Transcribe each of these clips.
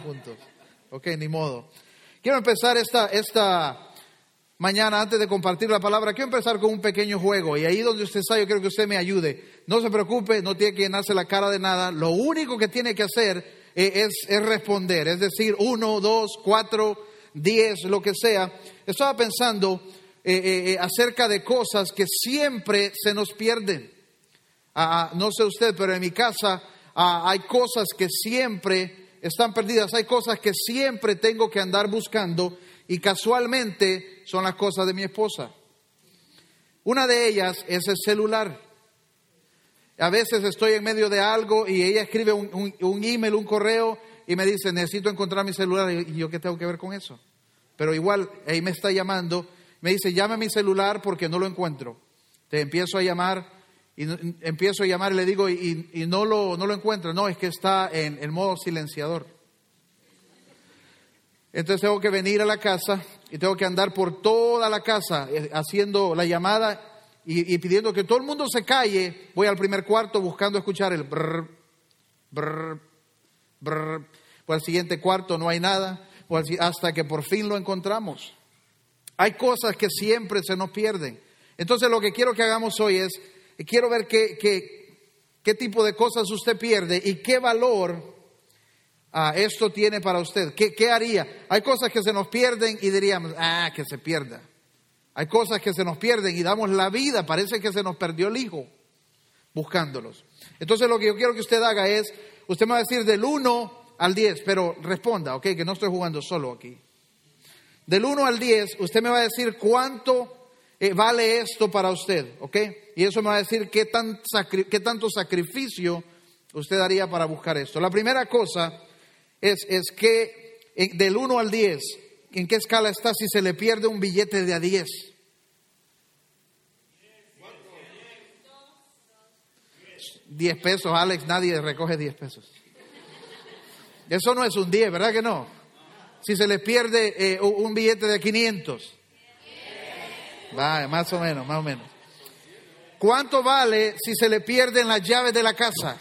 juntos. Ok, ni modo. Quiero empezar esta mañana, antes de compartir la palabra, quiero empezar con un pequeño juego. Y ahí donde usted está, yo quiero que usted me ayude. No se preocupe, no tiene que llenarse la cara de nada. Lo único que tiene que hacer es responder. Es decir, 1, 2, 4, 10, lo que sea. Estaba pensando acerca de cosas que siempre se nos pierden. No sé usted, pero en mi casa hay cosas que siempre están perdidas. Hay cosas que siempre tengo que andar buscando y casualmente son las cosas de mi esposa. Una de ellas es el celular. A veces estoy en medio de algo y ella escribe un email, un correo y me dice, necesito encontrar mi celular. ¿Y yo qué tengo que ver con eso? Pero igual, ahí me está llamando. Me dice, llame a mi celular porque no lo encuentro. Te empiezo a llamar y le digo, y no lo encuentro. No, es que está en modo silenciador. Entonces tengo que venir a la casa y tengo que andar por toda la casa haciendo la llamada y pidiendo que todo el mundo se calle. Voy al primer cuarto buscando escuchar el brr, brr, brr. Por el siguiente cuarto no hay nada, hasta que por fin lo encontramos. Hay cosas que siempre se nos pierden. Entonces lo que quiero que hagamos hoy es, quiero ver qué tipo de cosas usted pierde y qué valor esto tiene para usted. ¿Qué haría? Hay cosas que se nos pierden y diríamos, que se pierda. Hay cosas que se nos pierden y damos la vida, parece que se nos perdió el hijo, buscándolos. Entonces lo que yo quiero que usted haga es, usted me va a decir del 1 al 10, pero responda, ok, que no estoy jugando solo aquí. Del 1 al 10, usted me va a decir cuánto vale esto para usted, ok. Y eso me va a decir qué tanto sacrificio usted haría para buscar esto. La primera cosa es que del 1 al 10, ¿en qué escala está si se le pierde un billete de a 10? $10, Alex, nadie recoge 10 pesos. Eso no es un 10, ¿verdad que no? Si se le pierde un billete de 500. Más o menos. ¿Cuánto vale si se le pierden las llaves de la casa?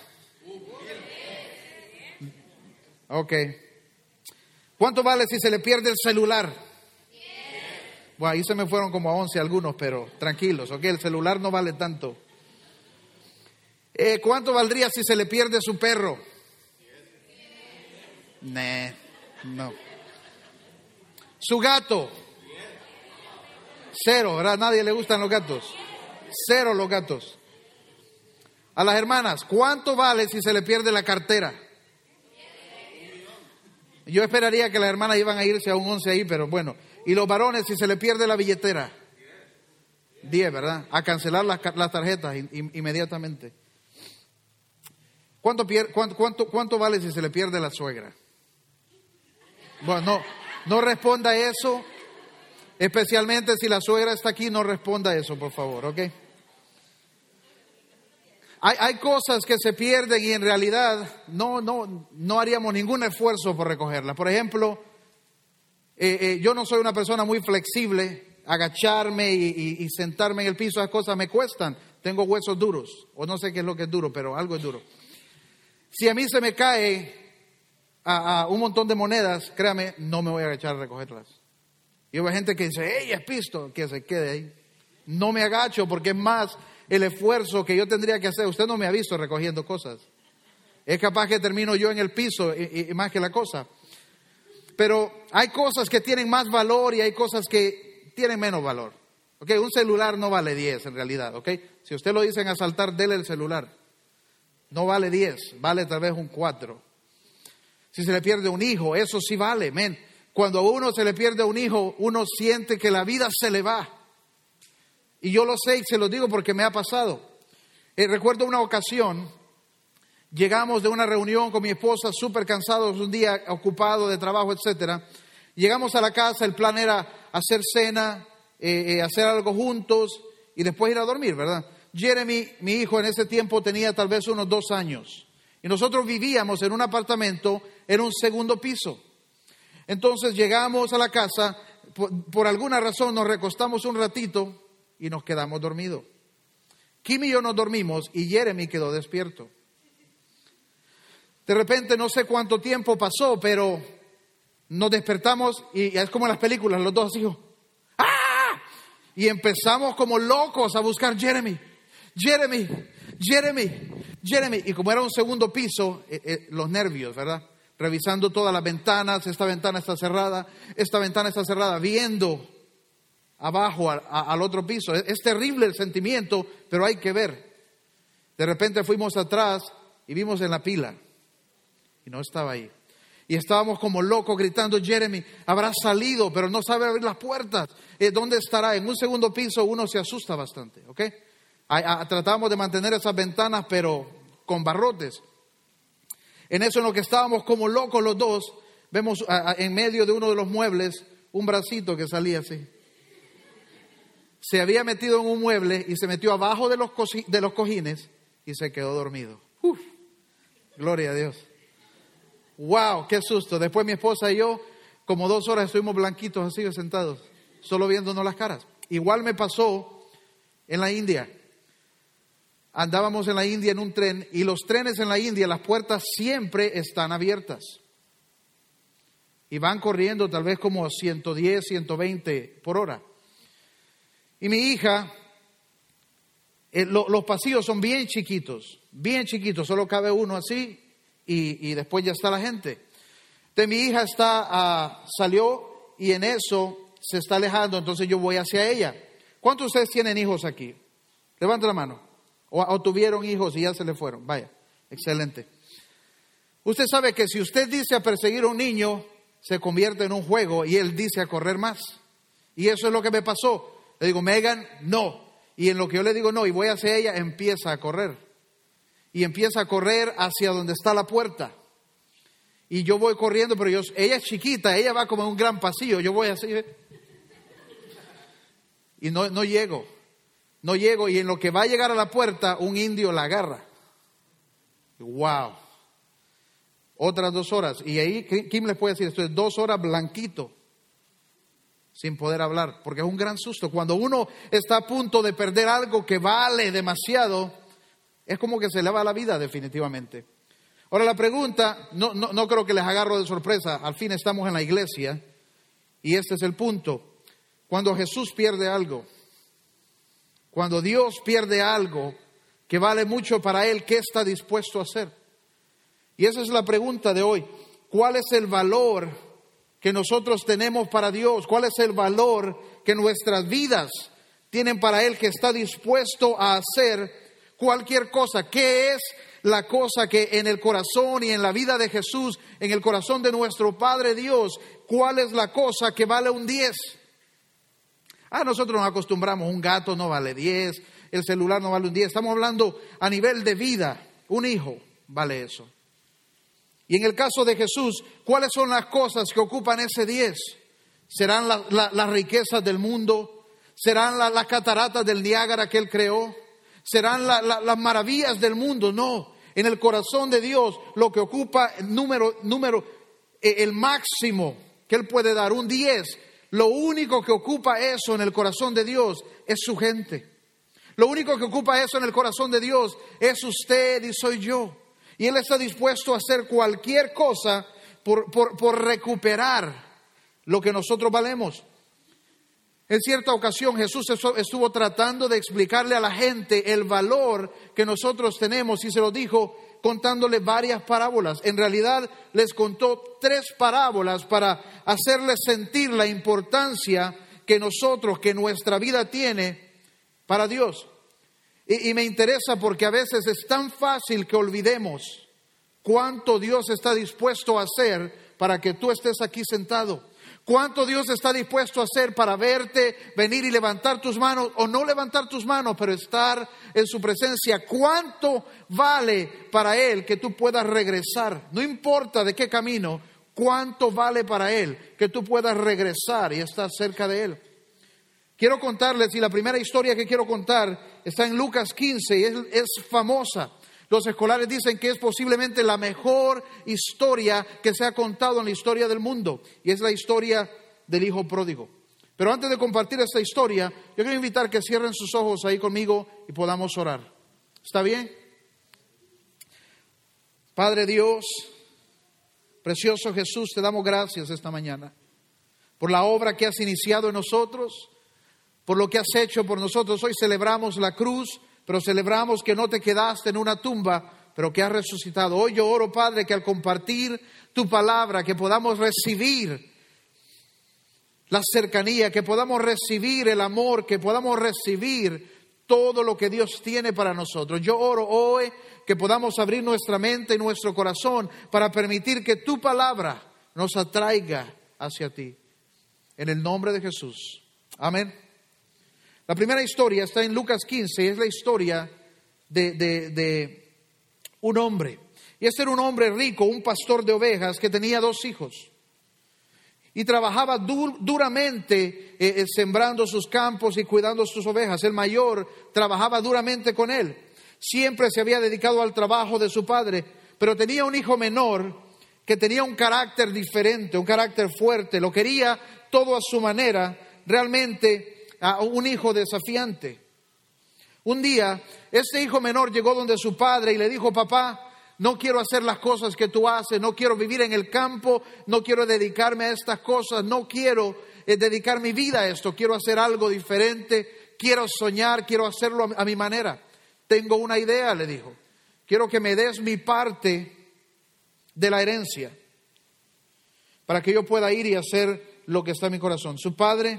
Ok. ¿Cuánto vale si se le pierde el celular? Bueno, ahí se me fueron como a 11 algunos, pero tranquilos, ok, el celular no vale tanto. ¿Cuánto valdría si se le pierde su perro? No. Su gato. 0, ¿verdad? Nadie le gustan los gatos. 0 los gatos. A las hermanas, ¿cuánto vale si se le pierde la cartera? Yo esperaría que las hermanas iban a irse a un 11 ahí, pero bueno. Y los varones, si se le pierde la billetera. 10, ¿verdad? A cancelar las tarjetas inmediatamente. ¿Cuánto vale si se le pierde la suegra? Bueno, no responda eso. Especialmente si la suegra está aquí, no responda eso, por favor, ¿ok? Hay cosas que se pierden y en realidad no haríamos ningún esfuerzo por recogerlas. Por ejemplo, yo no soy una persona muy flexible. Agacharme y sentarme en el piso, esas cosas me cuestan. Tengo huesos duros, o no sé qué es lo que es duro, pero algo es duro. Si a mí se me cae a un montón de monedas, créame, no me voy a agachar a recogerlas. Y hay gente que dice, ¡ey, es pisto! Que se quede ahí. No me agacho porque es más el esfuerzo que yo tendría que hacer. Usted no me ha visto recogiendo cosas. Es capaz que termino yo en el piso y más que la cosa. Pero hay cosas que tienen más valor y hay cosas que tienen menos valor. ¿Okay? Un celular no vale 10 en realidad. ¿Okay? Si usted lo dicen asaltar, dele el celular. No vale 10, vale tal vez un 4. Si se le pierde un hijo, eso sí vale, men. Cuando a uno se le pierde un hijo, uno siente que la vida se le va. Y yo lo sé y se lo digo porque me ha pasado. Recuerdo una ocasión, llegamos de una reunión con mi esposa, súper cansados, un día ocupado de trabajo, etcétera. Llegamos a la casa, el plan era hacer cena, hacer algo juntos y después ir a dormir, ¿verdad? Jeremy, mi hijo, en ese tiempo tenía tal vez unos 2 años. Y nosotros vivíamos en un apartamento en un segundo piso. Entonces llegamos a la casa, por alguna razón nos recostamos un ratito y nos quedamos dormidos. Kim y yo nos dormimos y Jeremy quedó despierto. De repente no sé cuánto tiempo pasó, pero nos despertamos y es como en las películas, los dos así, ¡ah! Y empezamos como locos a buscar Jeremy. Y como era un segundo piso, los nervios, ¿verdad? Revisando todas las ventanas, esta ventana está cerrada, viendo abajo al otro piso. Es terrible el sentimiento, pero hay que ver. De repente fuimos atrás y vimos en la pila y no estaba ahí. Y estábamos como locos gritando, Jeremy, habrá salido, pero no sabe abrir las puertas. ¿Dónde estará? En un segundo piso uno se asusta bastante, ¿ok? Tratamos de mantener esas ventanas, pero con barrotes. En eso, en lo que estábamos como locos los dos, vemos en medio de uno de los muebles un bracito que salía así. Se había metido en un mueble y se metió abajo de los cojines y se quedó dormido. Uf, gloria a Dios. Wow, qué susto. Después mi esposa y yo, como 2 horas estuvimos blanquitos así sentados, solo viéndonos las caras. Igual me pasó en la India. Andábamos en la India en un tren y los trenes en la India, las puertas siempre están abiertas. Y van corriendo tal vez como 110, 120 por hora. Y mi hija, los pasillos son bien chiquitos, solo cabe uno así y después ya está la gente. Entonces mi hija salió y en eso se está alejando, entonces yo voy hacia ella. ¿Cuántos de ustedes tienen hijos aquí? Levanta la mano. O tuvieron hijos y ya se le fueron. Vaya, excelente. Usted sabe que si usted dice a perseguir a un niño, se convierte en un juego y él dice a correr más. Y eso es lo que me pasó. Le digo, Megan, no. Y en lo que yo le digo no y voy hacia ella, empieza a correr. Y empieza a correr hacia donde está la puerta. Y yo voy corriendo, pero ella es chiquita, ella va como en un gran pasillo. Yo voy así. Y no llego. No llego y en lo que va a llegar a la puerta, un indio la agarra. ¡Wow! Otras 2 horas. Y ahí, ¿quién les puede decir? Esto es 2 horas blanquito, sin poder hablar, porque es un gran susto. Cuando uno está a punto de perder algo que vale demasiado, es como que se le va la vida definitivamente. Ahora la pregunta, no creo que les agarro de sorpresa, al fin estamos en la iglesia y este es el punto. Cuando Jesús pierde algo, cuando Dios pierde algo que vale mucho para Él, ¿qué está dispuesto a hacer? Y esa es la pregunta de hoy. ¿Cuál es el valor que nosotros tenemos para Dios? ¿Cuál es el valor que nuestras vidas tienen para Él, que está dispuesto a hacer cualquier cosa? ¿Qué es la cosa que en el corazón y en la vida de Jesús, en el corazón de nuestro Padre Dios, cuál es la cosa que vale un 10? Nosotros nos acostumbramos, un gato no vale 10, el celular no vale un 10. Estamos hablando a nivel de vida, un hijo vale eso. Y en el caso de Jesús, ¿cuáles son las cosas que ocupan ese 10? ¿Serán las riquezas del mundo? ¿Serán las cataratas del Niágara que Él creó? ¿Serán las maravillas del mundo? No, en el corazón de Dios lo que ocupa el máximo que Él puede dar, un 10. Lo único que ocupa eso en el corazón de Dios es su gente. Lo único que ocupa eso en el corazón de Dios es usted y soy yo. Y Él está dispuesto a hacer cualquier cosa por recuperar lo que nosotros valemos. En cierta ocasión Jesús estuvo tratando de explicarle a la gente el valor que nosotros tenemos y se lo dijo contándole varias parábolas. En realidad les contó 3 parábolas para hacerles sentir la importancia que nuestra vida tiene para Dios. Y me interesa porque a veces es tan fácil que olvidemos cuánto Dios está dispuesto a hacer para que tú estés aquí sentado. Cuánto Dios está dispuesto a hacer para verte, venir y levantar tus manos, o no levantar tus manos, pero estar en su presencia. Cuánto vale para Él que tú puedas regresar. No importa de qué camino, cuánto vale para Él que tú puedas regresar y estar cerca de Él. Quiero contarles, y la primera historia que quiero contar está en Lucas 15 y es famosa. Los escolares dicen que es posiblemente la mejor historia que se ha contado en la historia del mundo. Y es la historia del hijo pródigo. Pero antes de compartir esta historia, yo quiero invitar que cierren sus ojos ahí conmigo y podamos orar. ¿Está bien? Padre Dios, Precioso Jesús, te damos gracias esta mañana por la obra que has iniciado en nosotros, por lo que has hecho por nosotros. Hoy celebramos la cruz, pero celebramos que no te quedaste en una tumba, pero que has resucitado. Hoy yo oro, Padre, que al compartir tu palabra, que podamos recibir la cercanía, que podamos recibir el amor, que podamos recibir todo lo que Dios tiene para nosotros. Yo oro hoy que podamos abrir nuestra mente y nuestro corazón para permitir que tu palabra nos atraiga hacia ti. En el nombre de Jesús. Amén. La primera historia está en Lucas 15, es la historia de un hombre. Y este era un hombre rico, un pastor de ovejas que tenía 2 hijos. Y trabajaba duramente sembrando sus campos y cuidando sus ovejas. El mayor trabajaba duramente con él. Siempre se había dedicado al trabajo de su padre, pero tenía un hijo menor que tenía un carácter diferente, un carácter fuerte. Lo quería todo a su manera, realmente un hijo desafiante. Un día, este hijo menor llegó donde su padre y le dijo: papá, no quiero hacer las cosas que tú haces, no quiero vivir en el campo, no quiero dedicarme a estas cosas, no quiero dedicar mi vida a esto, quiero hacer algo diferente, quiero soñar, quiero hacerlo a mi manera. Tengo una idea, le dijo, quiero que me des mi parte de la herencia para que yo pueda ir y hacer lo que está en mi corazón. Su padre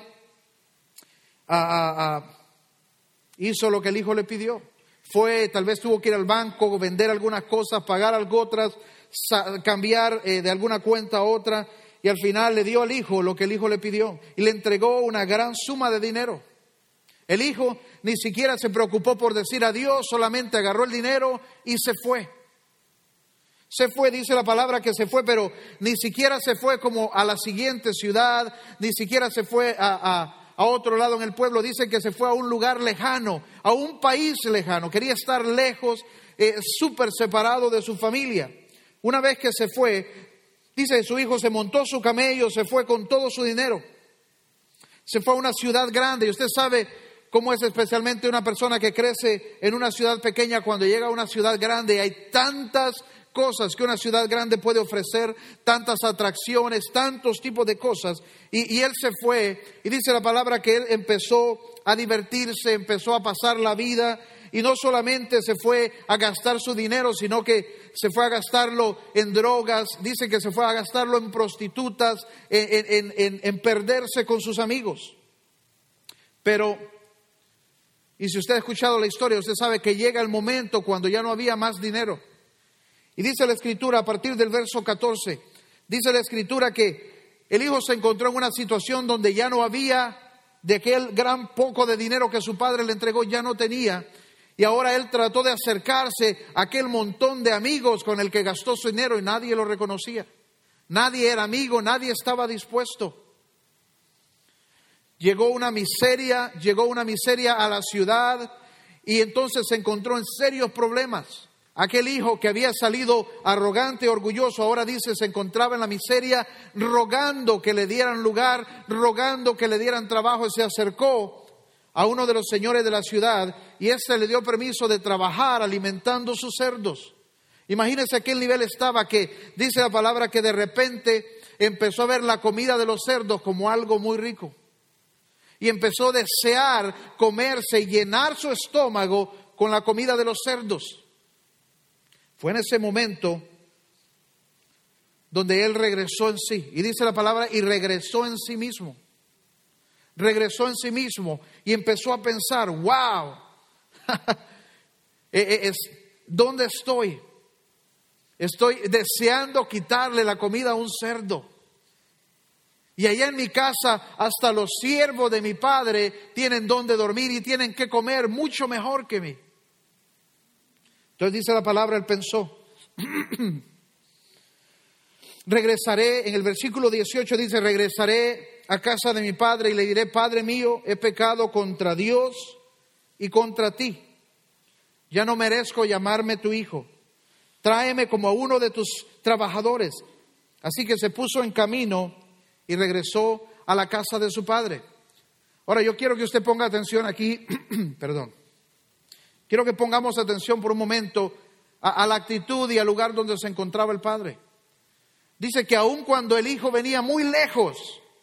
hizo lo que el hijo le pidió. Tal vez tuvo que ir al banco, vender algunas cosas, pagar algo otras, cambiar de alguna cuenta a otra, y al final le dio al hijo lo que el hijo le pidió y le entregó una gran suma de dinero. El hijo ni siquiera se preocupó por decir adiós, solamente agarró el dinero y se fue. Se fue, dice la palabra que se fue, pero ni siquiera se fue como a la siguiente ciudad, ni siquiera se fue a otro lado en el pueblo. Dice que se fue a un lugar lejano, a un país lejano. Quería estar lejos, súper separado de su familia. Una vez que se fue, dice, su hijo se montó su camello, se fue con todo su dinero. Se fue a una ciudad grande, y usted sabe cómo es especialmente una persona que crece en una ciudad pequeña. Cuando llega a una ciudad grande hay tantas cosas que una ciudad grande puede ofrecer, tantas atracciones, tantos tipos de cosas. Y él se fue, y dice la palabra que él empezó a divertirse, empezó a pasar la vida, y no solamente se fue a gastar su dinero, sino que se fue a gastarlo en drogas. Dice que se fue a gastarlo en prostitutas, en perderse con sus amigos. Pero, y si usted ha escuchado la historia, usted sabe que llega el momento cuando ya no había más dinero. Y dice la Escritura, a partir del verso 14, dice la Escritura que el hijo se encontró en una situación donde ya no había, de aquel gran poco de dinero que su padre le entregó, ya no tenía. Y ahora él trató de acercarse a aquel montón de amigos con el que gastó su dinero y nadie lo reconocía. Nadie era amigo, nadie estaba dispuesto. Llegó una miseria a la ciudad, y entonces se encontró en serios problemas. Aquel hijo que había salido arrogante, orgulloso, ahora dice se encontraba en la miseria, rogando que le dieran lugar, rogando que le dieran trabajo. Y se acercó a uno de los señores de la ciudad, y éste le dio permiso de trabajar alimentando sus cerdos. Imagínense a qué nivel estaba, que dice la palabra que de repente empezó a ver la comida de los cerdos como algo muy rico. Y empezó a desear comerse y llenar su estómago con la comida de los cerdos. Fue en ese momento donde él regresó en sí. Y dice la palabra, y regresó en sí mismo. Regresó en sí mismo y empezó a pensar, wow, ¿dónde estoy? Estoy deseando quitarle la comida a un cerdo. Y allá en mi casa hasta los siervos de mi padre tienen donde dormir y tienen que comer mucho mejor que mí. Entonces dice la palabra, él pensó, regresaré, en el versículo 18 dice, regresaré a casa de mi padre y le diré, Padre mío, he pecado contra Dios y contra ti. Ya no merezco llamarme tu hijo. Tráeme como a uno de tus trabajadores. Así que se puso en camino y regresó a la casa de su padre. Ahora yo quiero que usted ponga atención aquí, perdón. Quiero que pongamos atención por un momento a la actitud y al lugar donde se encontraba el padre. Dice que aun cuando el hijo venía muy lejos,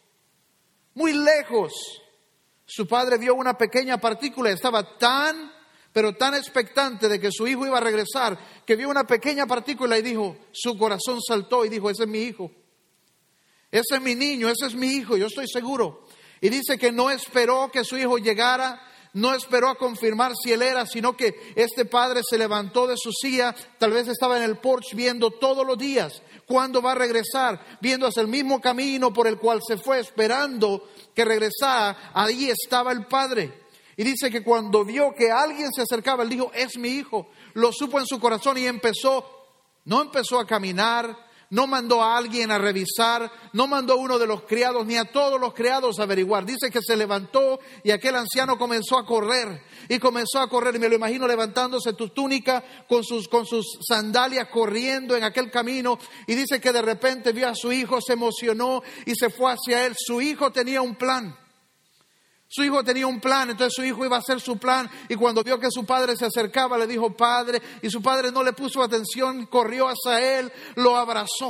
su padre vio una pequeña partícula. Estaba pero tan expectante de que su hijo iba a regresar, que vio una pequeña partícula y dijo, su corazón saltó y dijo, ese es mi hijo. Ese es mi niño, ese es mi hijo, yo estoy seguro. Y dice que no esperó que su hijo llegara, no esperó a confirmar si él era, sino que este padre se levantó de su silla, tal vez estaba en el porche viendo todos los días cuándo va a regresar, viendo hacia el mismo camino por el cual se fue, esperando que regresara. Ahí estaba el padre. Y dice que cuando vio que alguien se acercaba, él dijo, es mi hijo. Lo supo en su corazón y no empezó a caminar, no mandó a alguien a revisar, no mandó a uno de los criados ni a todos los criados a averiguar. Dice que se levantó y aquel anciano comenzó a correr. Y me lo imagino levantándose tu túnica con sus sandalias, corriendo en aquel camino. Y dice que de repente vio a su hijo, se emocionó y se fue hacia él. Su hijo tenía un plan. Entonces su hijo iba a hacer su plan, y cuando vio que su padre se acercaba, le dijo, padre, y su padre no le puso atención, corrió hacia él, lo abrazó,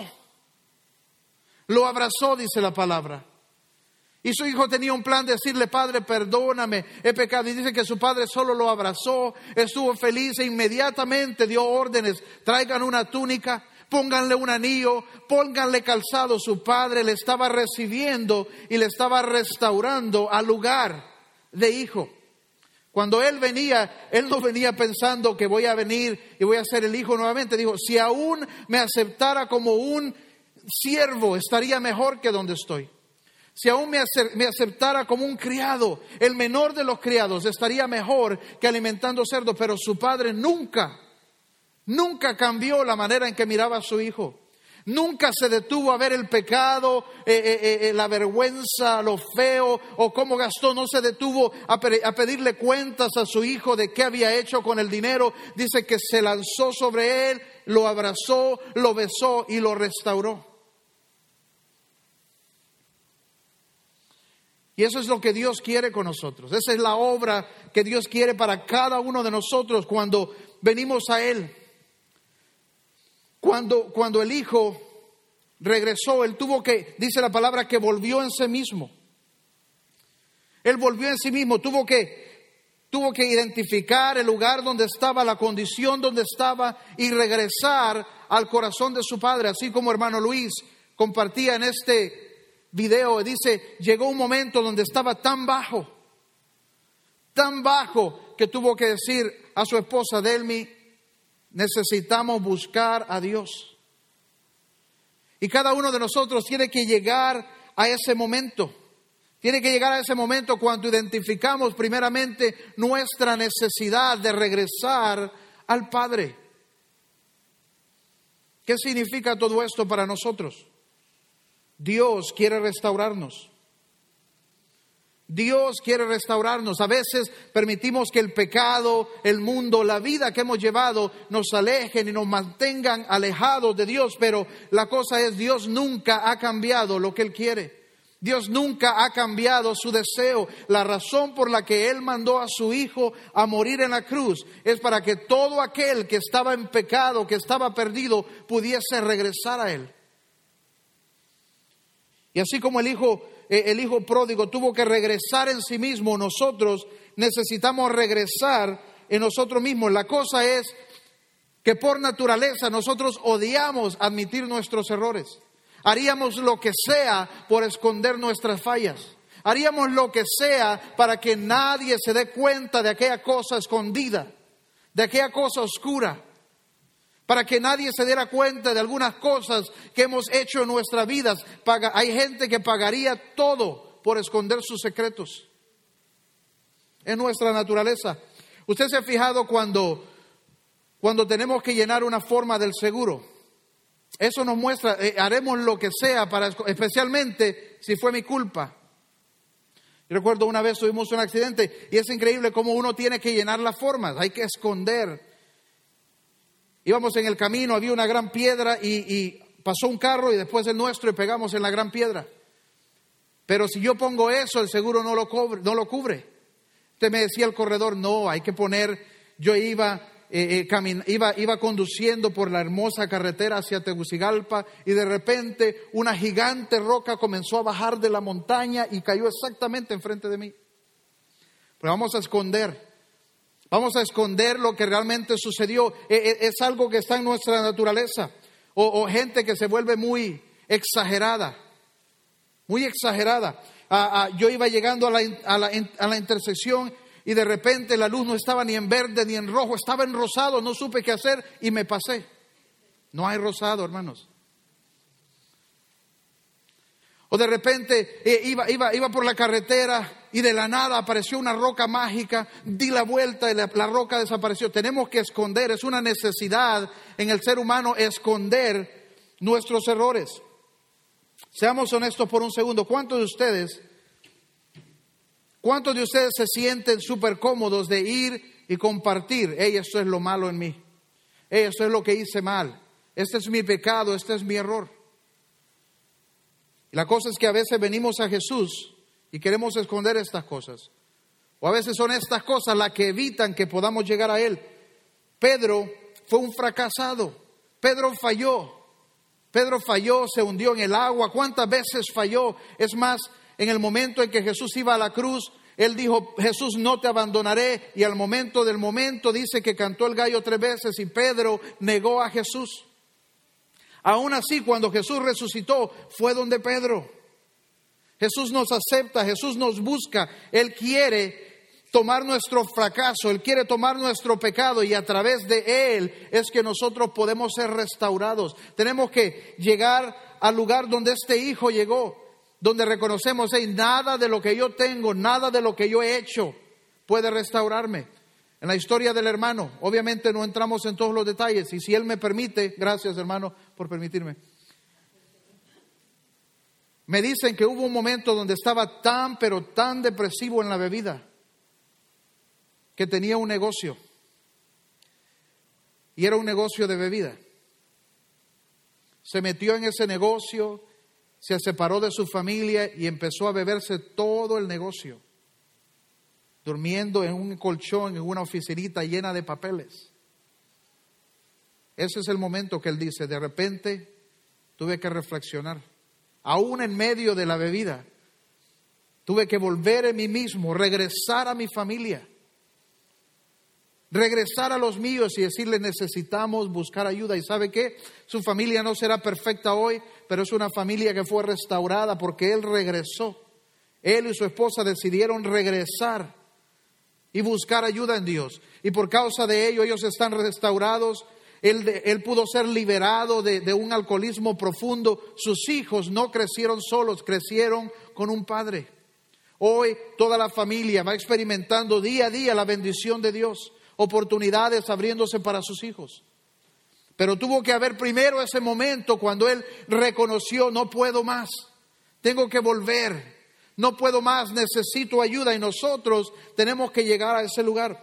dice la palabra. Y su hijo tenía un plan de decirle, padre, perdóname, he pecado. Y dice que su padre solo lo abrazó, estuvo feliz e inmediatamente dio órdenes, traigan una túnica, pónganle un anillo, pónganle calzado. Su padre le estaba recibiendo y le estaba restaurando al lugar de hijo. Cuando él no venía pensando que voy a venir y voy a ser el hijo nuevamente. Dijo, si aún me aceptara como un siervo, estaría mejor que donde estoy. Si aún me aceptara como un criado, el menor de los criados, estaría mejor que alimentando cerdos. Pero su padre nunca cambió la manera en que miraba a su hijo. Nunca se detuvo a ver el pecado, la vergüenza, lo feo o cómo gastó. No se detuvo a pedirle cuentas a su hijo de qué había hecho con el dinero. Dice que se lanzó sobre él, lo abrazó, lo besó y lo restauró. Y eso es lo que Dios quiere con nosotros. Esa es la obra que Dios quiere para cada uno de nosotros cuando venimos a Él. Cuando el hijo regresó, él dice la palabra, que volvió en sí mismo. Él volvió en sí mismo, tuvo que identificar el lugar donde estaba, la condición donde estaba y regresar al corazón de su padre. Así como hermano Luis compartía en este video, dice, llegó un momento donde estaba tan bajo, que tuvo que decir a su esposa, Delmi, necesitamos buscar a Dios. Y cada uno de nosotros tiene que llegar a ese momento. Tiene que llegar a ese momento cuando identificamos primeramente nuestra necesidad de regresar al Padre. ¿Qué significa todo esto para nosotros? Dios quiere restaurarnos. Dios quiere restaurarnos. A veces permitimos que el pecado, el mundo, la vida que hemos llevado nos alejen y nos mantengan alejados de Dios. Pero la cosa es, Dios nunca ha cambiado lo que Él quiere. Dios nunca ha cambiado su deseo. La razón por la que Él mandó a su Hijo a morir en la cruz es para que todo aquel que estaba en pecado, que estaba perdido, pudiese regresar a Él. Y así como el hijo pródigo tuvo que regresar en sí mismo, nosotros necesitamos regresar en nosotros mismos. La cosa es que por naturaleza nosotros odiamos admitir nuestros errores. Haríamos lo que sea por esconder nuestras fallas. Haríamos lo que sea para que nadie se dé cuenta de aquella cosa escondida, de aquella cosa oscura. Para que nadie se diera cuenta de algunas cosas que hemos hecho en nuestras vidas. Hay gente que pagaría todo por esconder sus secretos. Es nuestra naturaleza. Usted se ha fijado cuando tenemos que llenar una forma del seguro. Eso nos muestra, haremos lo que sea especialmente si fue mi culpa. Yo recuerdo una vez tuvimos un accidente y es increíble cómo uno tiene que llenar las formas. Hay que esconder. Íbamos en el camino, había una gran piedra y pasó un carro y después el nuestro y pegamos en la gran piedra. Pero si yo pongo eso, el seguro no lo cubre. Usted me decía el corredor, no, hay que poner, yo iba iba conduciendo por la hermosa carretera hacia Tegucigalpa y de repente una gigante roca comenzó a bajar de la montaña y cayó exactamente enfrente de mí. Pero vamos a esconder lo que realmente sucedió. Es algo que está en nuestra naturaleza. O gente que se vuelve muy exagerada. Muy exagerada. Yo iba llegando a la intersección y de repente la luz no estaba ni en verde ni en rojo, estaba en rosado, no supe qué hacer y me pasé. No hay rosado, hermanos. O de repente iba por la carretera y de la nada apareció una roca mágica, di la vuelta y la roca desapareció. Tenemos que esconder, es una necesidad en el ser humano esconder nuestros errores. Seamos honestos por un segundo. ¿Cuántos de ustedes se sienten súper cómodos de ir y compartir? Hey, esto es lo malo en mí. Hey, esto es lo que hice mal. Este es mi pecado, este es mi error. Y la cosa es que a veces venimos a Jesús y queremos esconder estas cosas. O a veces son estas cosas las que evitan que podamos llegar a Él. Pedro fue un fracasado. Pedro falló, se hundió en el agua. ¿Cuántas veces falló? Es más, en el momento en que Jesús iba a la cruz, Él dijo, Jesús, no te abandonaré. Y al momento del momento dice que cantó el gallo 3 veces y Pedro negó a Jesús. Aún así, cuando Jesús resucitó, fue donde Pedro. Jesús nos acepta, Jesús nos busca. Él quiere tomar nuestro fracaso, Él quiere tomar nuestro pecado y a través de Él es que nosotros podemos ser restaurados. Tenemos que llegar al lugar donde este hijo llegó, donde reconocemos, nada de lo que yo tengo, nada de lo que yo he hecho puede restaurarme. En la historia del hermano, obviamente no entramos en todos los detalles y si él me permite, gracias hermano por permitirme. Me dicen que hubo un momento donde estaba tan depresivo en la bebida que tenía un negocio y era un negocio de bebida. Se metió en ese negocio, se separó de su familia y empezó a beberse todo el negocio, durmiendo en un colchón, en una oficinita llena de papeles. Ese es el momento que él dice, de repente tuve que reflexionar. Aún en medio de la bebida, tuve que volver en mí mismo, regresar a mi familia, regresar a los míos y decirles, necesitamos buscar ayuda. ¿Y sabe qué? Su familia no será perfecta hoy, pero es una familia que fue restaurada porque él regresó. Él y su esposa decidieron regresar y buscar ayuda en Dios. Y por causa de ello ellos están restaurados. Él pudo ser liberado de un alcoholismo profundo. Sus hijos no crecieron solos, crecieron con un padre. Hoy toda la familia va experimentando día a día la bendición de Dios. Oportunidades abriéndose para sus hijos. Pero tuvo que haber primero ese momento cuando él reconoció, no puedo más, tengo que volver. No puedo más, necesito ayuda y nosotros tenemos que llegar a ese lugar.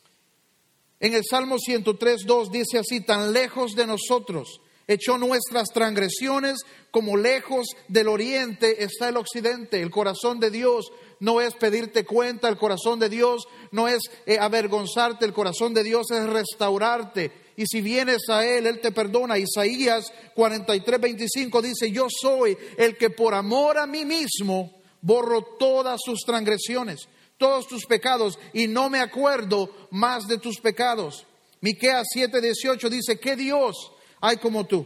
En el Salmo 103:2 dice así, tan lejos de nosotros echó nuestras transgresiones como lejos del oriente está el occidente. El corazón de Dios no es pedirte cuenta, el corazón de Dios no es avergonzarte, el corazón de Dios es restaurarte. Y si vienes a Él, Él te perdona. Isaías 43:25 dice, yo soy el que por amor a mí mismo borro todas sus transgresiones, todos tus pecados, y no me acuerdo más de tus pecados. Miqueas 7:18 dice, ¿qué Dios hay como tú?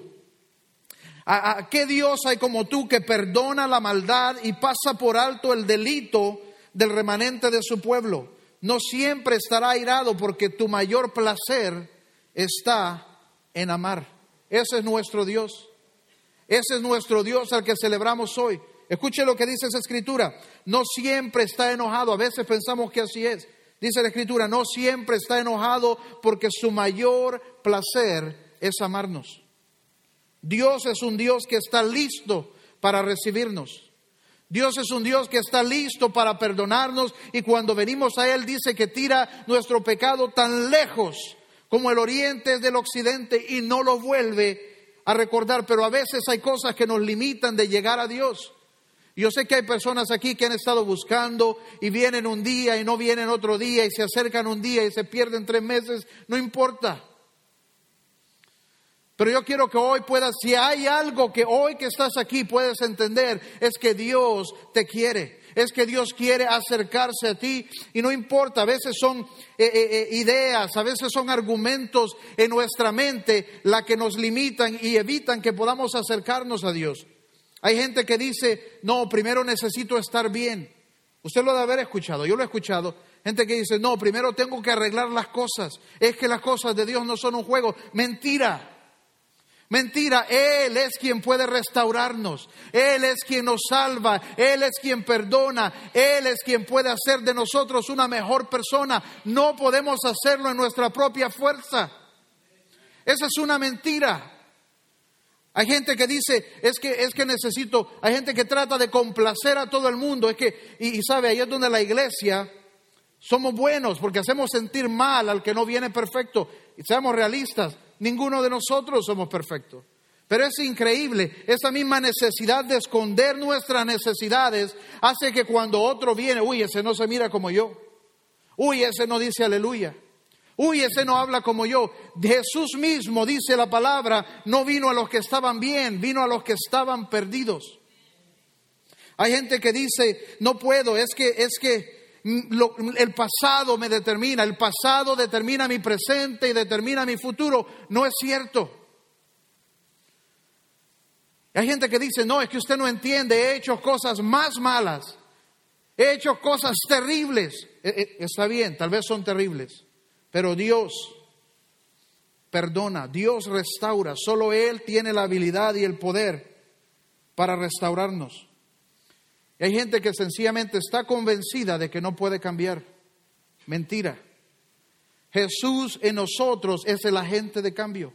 ¿Qué Dios hay como tú que perdona la maldad y pasa por alto el delito del remanente de su pueblo? No siempre estará airado porque tu mayor placer está en amar. Ese es nuestro Dios. Ese es nuestro Dios al que celebramos hoy. Escuche lo que dice esa escritura. No siempre está enojado. A veces pensamos que así es. Dice la escritura, no siempre está enojado porque su mayor placer es amarnos. Dios es un Dios que está listo para recibirnos. Dios es un Dios que está listo para perdonarnos y cuando venimos a Él dice que tira nuestro pecado tan lejos como el oriente es del occidente y no lo vuelve a recordar. Pero a veces hay cosas que nos limitan de llegar a Dios. Yo sé que hay personas aquí que han estado buscando y vienen un día y no vienen otro día y se acercan un día y se pierden 3 meses, no importa. Pero yo quiero que hoy puedas, si hay algo que hoy que estás aquí puedes entender, es que Dios te quiere. Es que Dios quiere acercarse a ti y no importa, a veces son ideas, a veces son argumentos en nuestra mente la que nos limitan y evitan que podamos acercarnos a Dios. Hay gente que dice, no, primero necesito estar bien. Usted lo debe haber escuchado, yo lo he escuchado. Gente que dice, no, primero tengo que arreglar las cosas. Es que las cosas de Dios no son un juego. Mentira. Mentira, Él es quien puede restaurarnos, Él es quien nos salva, Él es quien perdona, Él es quien puede hacer de nosotros una mejor persona. No podemos hacerlo en nuestra propia fuerza. Esa es una mentira. Hay gente que dice, es que necesito, hay gente que trata de complacer a todo el mundo, y sabe, ahí es donde la iglesia somos buenos, porque hacemos sentir mal al que no viene perfecto. Y seamos realistas, ninguno de nosotros somos perfectos. Pero es increíble, esa misma necesidad de esconder nuestras necesidades hace que cuando otro viene, uy, ese no se mira como yo. Uy, ese no dice aleluya. Uy, ese no habla como yo. Jesús mismo, dice la palabra, no vino a los que estaban bien, vino a los que estaban perdidos. Hay gente que dice, no puedo, es que el pasado me determina, el pasado determina mi presente y determina mi futuro. No es cierto. Hay gente que dice, no, es que usted no entiende, he hecho cosas más malas, he hecho cosas terribles. Está bien, tal vez son terribles, pero Dios perdona, Dios restaura. Solo Él tiene la habilidad y el poder para restaurarnos. Y hay gente que sencillamente está convencida de que no puede cambiar. Mentira. Jesús en nosotros es el agente de cambio.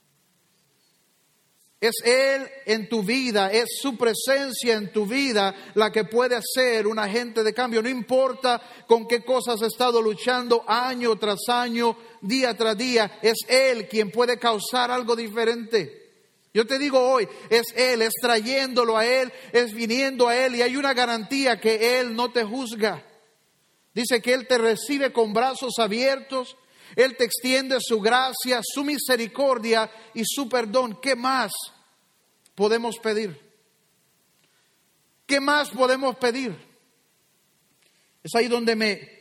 Es Él en tu vida, es su presencia en tu vida la que puede hacer un agente de cambio. No importa con qué cosas has estado luchando año tras año, día tras día, es Él quien puede causar algo diferente. Yo te digo hoy, es Él, es trayéndolo a Él, es viniendo a Él, y hay una garantía que Él no te juzga. Dice que Él te recibe con brazos abiertos, Él te extiende su gracia, su misericordia y su perdón. ¿Qué más podemos pedir? ¿Qué más podemos pedir? Es ahí donde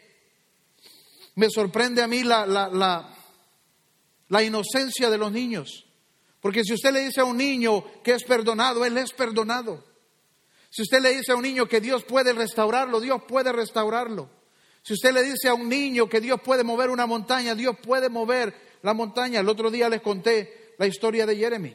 me sorprende a mí la inocencia de los niños. Porque si usted le dice a un niño que es perdonado, él es perdonado. Si usted le dice a un niño que Dios puede restaurarlo, Dios puede restaurarlo. Si usted le dice a un niño que Dios puede mover una montaña, Dios puede mover la montaña. El otro día les conté la historia de Jeremy.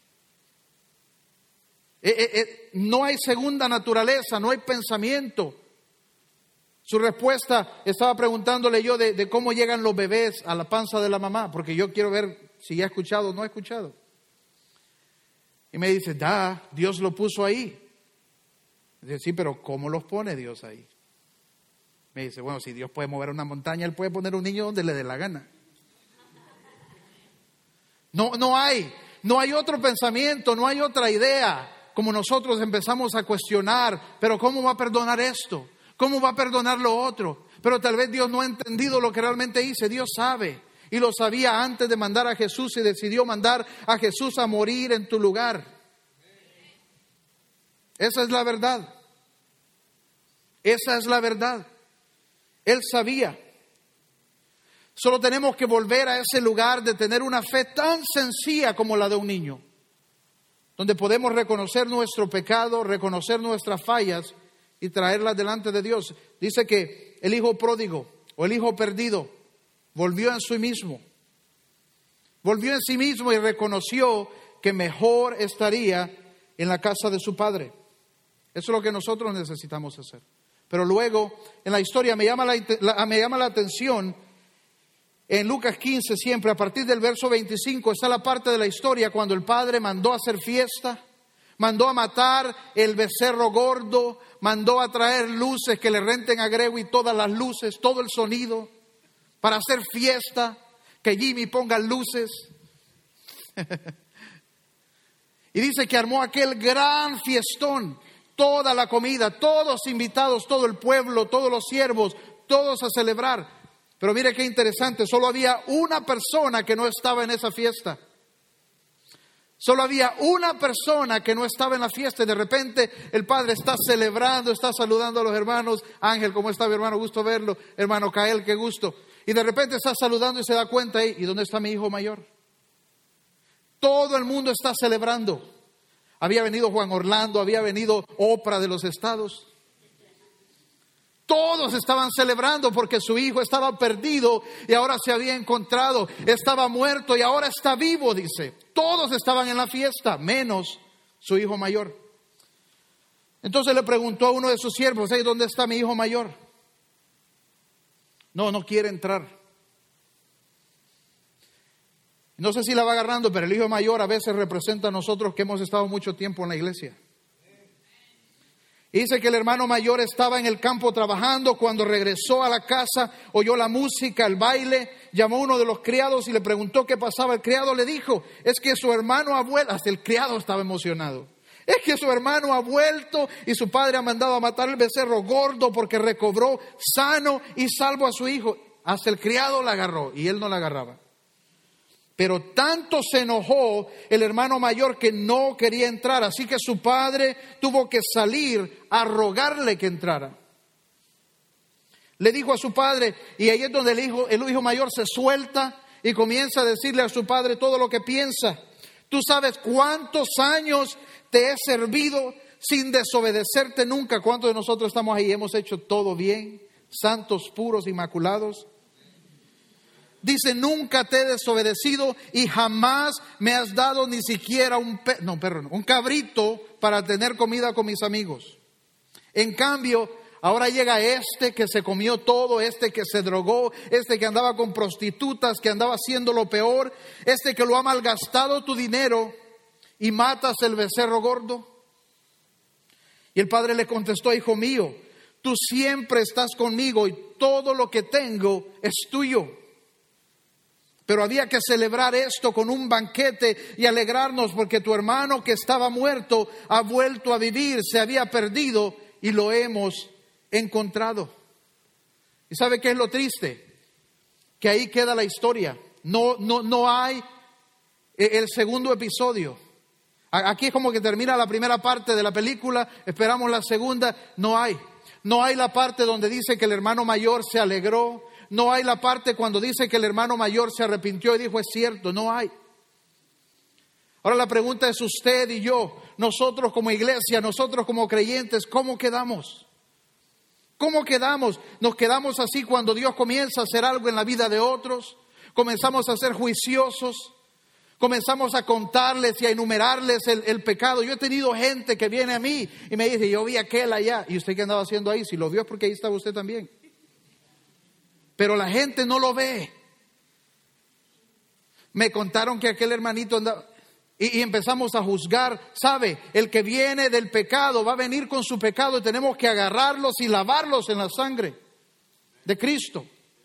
No hay segunda naturaleza, no hay pensamiento. Su respuesta, estaba preguntándole yo de cómo llegan los bebés a la panza de la mamá, porque yo quiero ver si ya ha escuchado o no ha escuchado. Y me dice, Dios lo puso ahí. Dice, sí, pero ¿cómo los pone Dios ahí? Me dice, bueno, si Dios puede mover una montaña, Él puede poner un niño donde le dé la gana. No hay otro pensamiento, no hay otra idea. Como nosotros empezamos a cuestionar, pero ¿cómo va a perdonar esto? ¿Cómo va a perdonar lo otro? Pero tal vez Dios no ha entendido lo que realmente hice. Dios sabe. Y lo sabía antes de mandar a Jesús y decidió mandar a Jesús a morir en tu lugar. Esa es la verdad. Esa es la verdad. Él sabía. Solo tenemos que volver a ese lugar de tener una fe tan sencilla como la de un niño, donde podemos reconocer nuestro pecado, reconocer nuestras fallas y traerlas delante de Dios. Dice que el hijo pródigo o el hijo perdido volvió en sí mismo. Volvió en sí mismo y reconoció que mejor estaría en la casa de su padre. Eso es lo que nosotros necesitamos hacer. Pero luego, en la historia me llama la atención, en Lucas 15 siempre, a partir del verso 25, está la parte de la historia cuando el padre mandó a hacer fiesta, mandó a matar el becerro gordo, mandó a traer luces que le renten a Gregory todas las luces, todo el sonido, para hacer fiesta, que Jimmy ponga luces. Y dice que armó aquel gran fiestón. toda la comida, todos invitados, todo el pueblo, todos los siervos, todos a celebrar. Pero mire qué interesante, solo había una persona que no estaba en esa fiesta. Solo había una persona que no estaba en la fiesta y de repente el padre está celebrando, está saludando a los hermanos. Ángel, ¿cómo está mi hermano? Gusto verlo. Hermano Cael, qué gusto. Y de repente está saludando y se da cuenta, ¿y dónde está mi hijo mayor? Todo el mundo está celebrando. Había venido Juan Orlando, había venido Oprah de los estados. Todos estaban celebrando porque su hijo estaba perdido y ahora se había encontrado. Estaba muerto y ahora está vivo, dice. Todos estaban en la fiesta, menos su hijo mayor. Entonces le preguntó a uno de sus siervos, ¿hey, dónde está mi hijo mayor? No quiere entrar. No sé si la va agarrando, pero el hijo mayor a veces representa a nosotros que hemos estado mucho tiempo en la iglesia. Y dice que el hermano mayor estaba en el campo trabajando. Cuando regresó a la casa, oyó la música, el baile, llamó a uno de los criados y le preguntó qué pasaba. El criado le dijo, es que su hermano ha vuelto. Hasta el criado estaba emocionado. Es que su hermano ha vuelto y su padre ha mandado a matar el becerro gordo porque recobró sano y salvo a su hijo. Hasta el criado la agarró y él no la agarraba. Pero tanto se enojó el hermano mayor que no quería entrar. Así que su padre tuvo que salir a rogarle que entrara. Le dijo a su padre, y ahí es donde el hijo mayor se suelta y comienza a decirle a su padre todo lo que piensa. Tú sabes cuántos años te he servido sin desobedecerte nunca. ¿Cuántos de nosotros estamos ahí? Hemos hecho todo bien, santos, puros, inmaculados. Dice, nunca te he desobedecido y jamás me has dado ni siquiera un cabrito para tener comida con mis amigos. En cambio, ahora llega este que se comió todo, este que se drogó, este que andaba con prostitutas, que andaba haciendo lo peor, este que lo ha malgastado tu dinero y matas el becerro gordo. Y el padre le contestó, hijo mío, tú siempre estás conmigo y todo lo que tengo es tuyo. Pero había que celebrar esto con un banquete y alegrarnos porque tu hermano que estaba muerto ha vuelto a vivir, se había perdido y lo hemos encontrado. ¿Y sabe qué es lo triste? Que ahí queda la historia. No hay el segundo episodio. Aquí es como que termina la primera parte de la película, esperamos la segunda, no hay. No hay la parte donde dice que el hermano mayor se alegró. No hay la parte cuando dice que el hermano mayor se arrepintió y dijo, es cierto, no hay. Ahora la pregunta es usted y yo, nosotros como iglesia, nosotros como creyentes, ¿cómo quedamos? ¿Cómo quedamos? ¿Nos quedamos así cuando Dios comienza a hacer algo en la vida de otros? ¿Comenzamos a ser juiciosos? ¿Comenzamos a contarles y a enumerarles el pecado? Yo he tenido gente que viene a mí y me dice, yo vi aquel allá. ¿Y usted qué andaba haciendo ahí? Si lo vio es porque ahí estaba usted también. Pero la gente no lo ve. Me contaron que aquel hermanito andaba... Y empezamos a juzgar. ¿Sabe? El que viene del pecado va a venir con su pecado y tenemos que agarrarlos y lavarlos en la sangre de Cristo.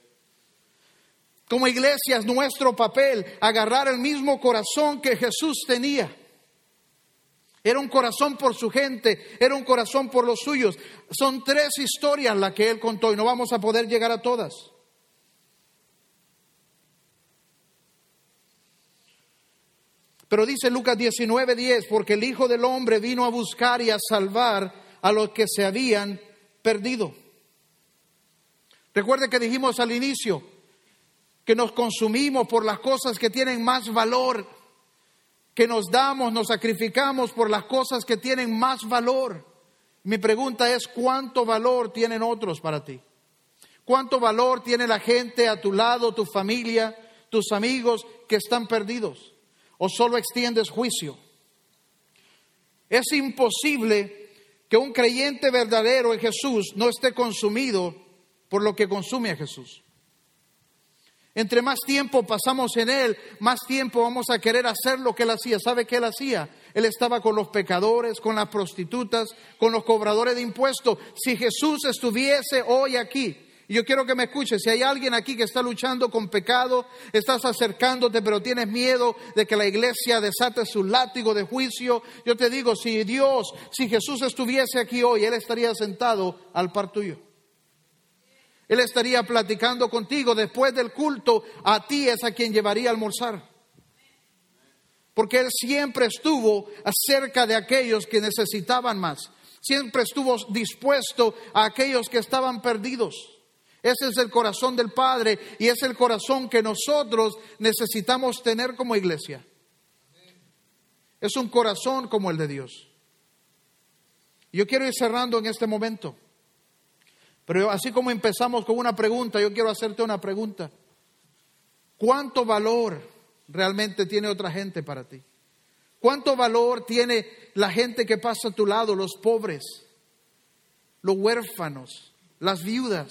Como iglesia es nuestro papel agarrar el mismo corazón que Jesús tenía. Era un corazón por su gente, era un corazón por los suyos. Son 3 historias las que él contó y no vamos a poder llegar a todas. Pero dice Lucas 19:10, porque el Hijo del Hombre vino a buscar y a salvar a los que se habían perdido. Recuerde que dijimos al inicio que nos consumimos por las cosas que tienen más valor, que nos damos, nos sacrificamos por las cosas que tienen más valor. Mi pregunta es, ¿cuánto valor tienen otros para ti? ¿Cuánto valor tiene la gente a tu lado, tu familia, tus amigos que están perdidos? ¿O solo extiendes juicio? Es imposible que un creyente verdadero en Jesús no esté consumido por lo que consume a Jesús. Entre más tiempo pasamos en Él, más tiempo vamos a querer hacer lo que Él hacía. ¿Sabe qué Él hacía? Él estaba con los pecadores, con las prostitutas, con los cobradores de impuestos. Si Jesús estuviese hoy aquí, Y yo quiero que me escuches. Si hay alguien aquí que está luchando con pecado, estás acercándote, pero tienes miedo de que la iglesia desate su látigo de juicio, yo te digo, si Jesús estuviese aquí hoy, Él estaría sentado al par tuyo. Él estaría platicando contigo. Después del culto, a ti es a quien llevaría a almorzar. Porque Él siempre estuvo acerca de aquellos que necesitaban más. Siempre estuvo dispuesto a aquellos que estaban perdidos. Ese es el corazón del Padre y es el corazón que nosotros necesitamos tener como iglesia. Es un corazón como el de Dios. Yo quiero ir cerrando en este momento. Pero así como empezamos con una pregunta, yo quiero hacerte una pregunta. ¿Cuánto valor realmente tiene otra gente para ti? ¿Cuánto valor tiene la gente que pasa a tu lado, los pobres, los huérfanos, las viudas,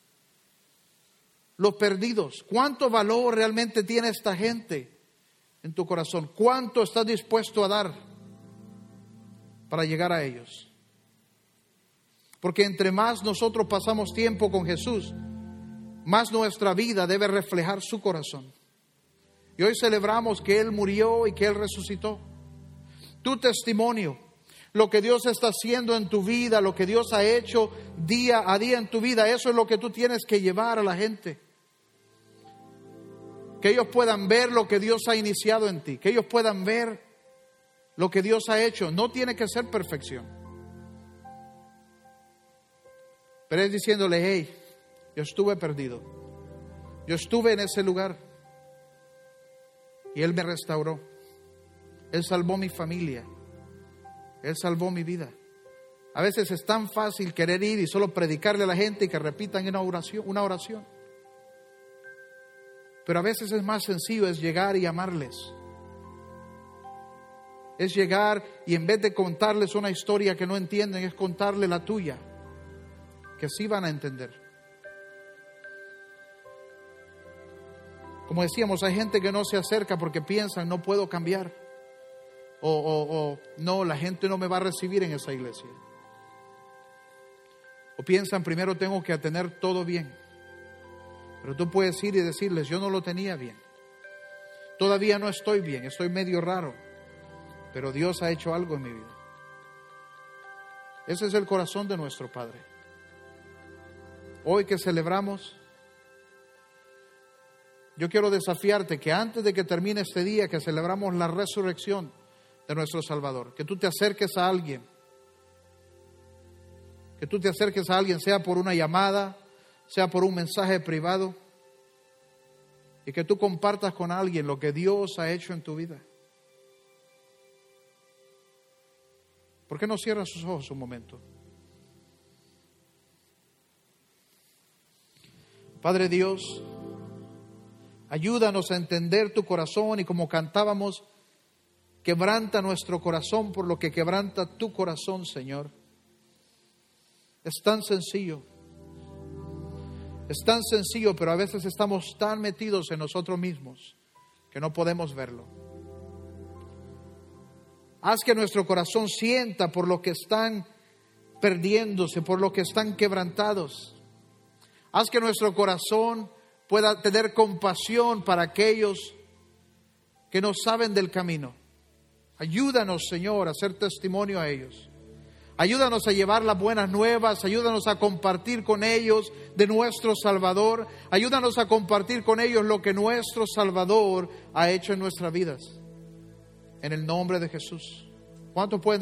los perdidos? ¿Cuánto valor realmente tiene esta gente en tu corazón? ¿Cuánto estás dispuesto a dar para llegar a ellos? Porque entre más nosotros pasamos tiempo con Jesús, más nuestra vida debe reflejar su corazón. Y hoy celebramos que Él murió y que Él resucitó. Tu testimonio, lo que Dios está haciendo en tu vida, lo que Dios ha hecho día a día en tu vida, eso es lo que tú tienes que llevar a la gente. Que ellos puedan ver lo que Dios ha iniciado en ti, que ellos puedan ver lo que Dios ha hecho. No tiene que ser perfección. Pero es diciéndole, hey, yo estuve perdido. Yo estuve en ese lugar. Y Él me restauró. Él salvó mi familia. Él salvó mi vida. A veces es tan fácil querer ir y solo predicarle a la gente y que repitan una oración. Pero a veces es más sencillo, es llegar y amarles. Es llegar y en vez de contarles una historia que no entienden, es contarle la tuya, que sí van a entender. Como decíamos, hay gente que no se acerca porque piensan, no puedo cambiar. O no, la gente no me va a recibir en esa iglesia. O piensan, primero tengo que tener todo bien. Pero tú puedes ir y decirles, yo no lo tenía bien. Todavía no estoy bien, estoy medio raro. Pero Dios ha hecho algo en mi vida. Ese es el corazón de nuestro Padre. Hoy que celebramos, yo quiero desafiarte que antes de que termine este día, que celebramos la resurrección de nuestro Salvador, que tú te acerques a alguien. Que tú te acerques a alguien, sea por una llamada, sea por un mensaje privado, y que tú compartas con alguien lo que Dios ha hecho en tu vida. ¿Por qué no cierran sus ojos un momento? Padre Dios, ayúdanos a entender tu corazón y como cantábamos, quebranta nuestro corazón por lo que quebranta tu corazón, Señor. Es tan sencillo. Es tan sencillo, pero a veces estamos tan metidos en nosotros mismos que no podemos verlo. Haz que nuestro corazón sienta por lo que están perdiéndose, por lo que están quebrantados. Haz que nuestro corazón pueda tener compasión para aquellos que no saben del camino. Ayúdanos, Señor, a hacer testimonio a ellos. Ayúdanos a llevar las buenas nuevas. Ayúdanos a compartir con ellos de nuestro Salvador. Ayúdanos a compartir con ellos lo que nuestro Salvador ha hecho en nuestras vidas. En el nombre de Jesús. ¿Cuántos pueden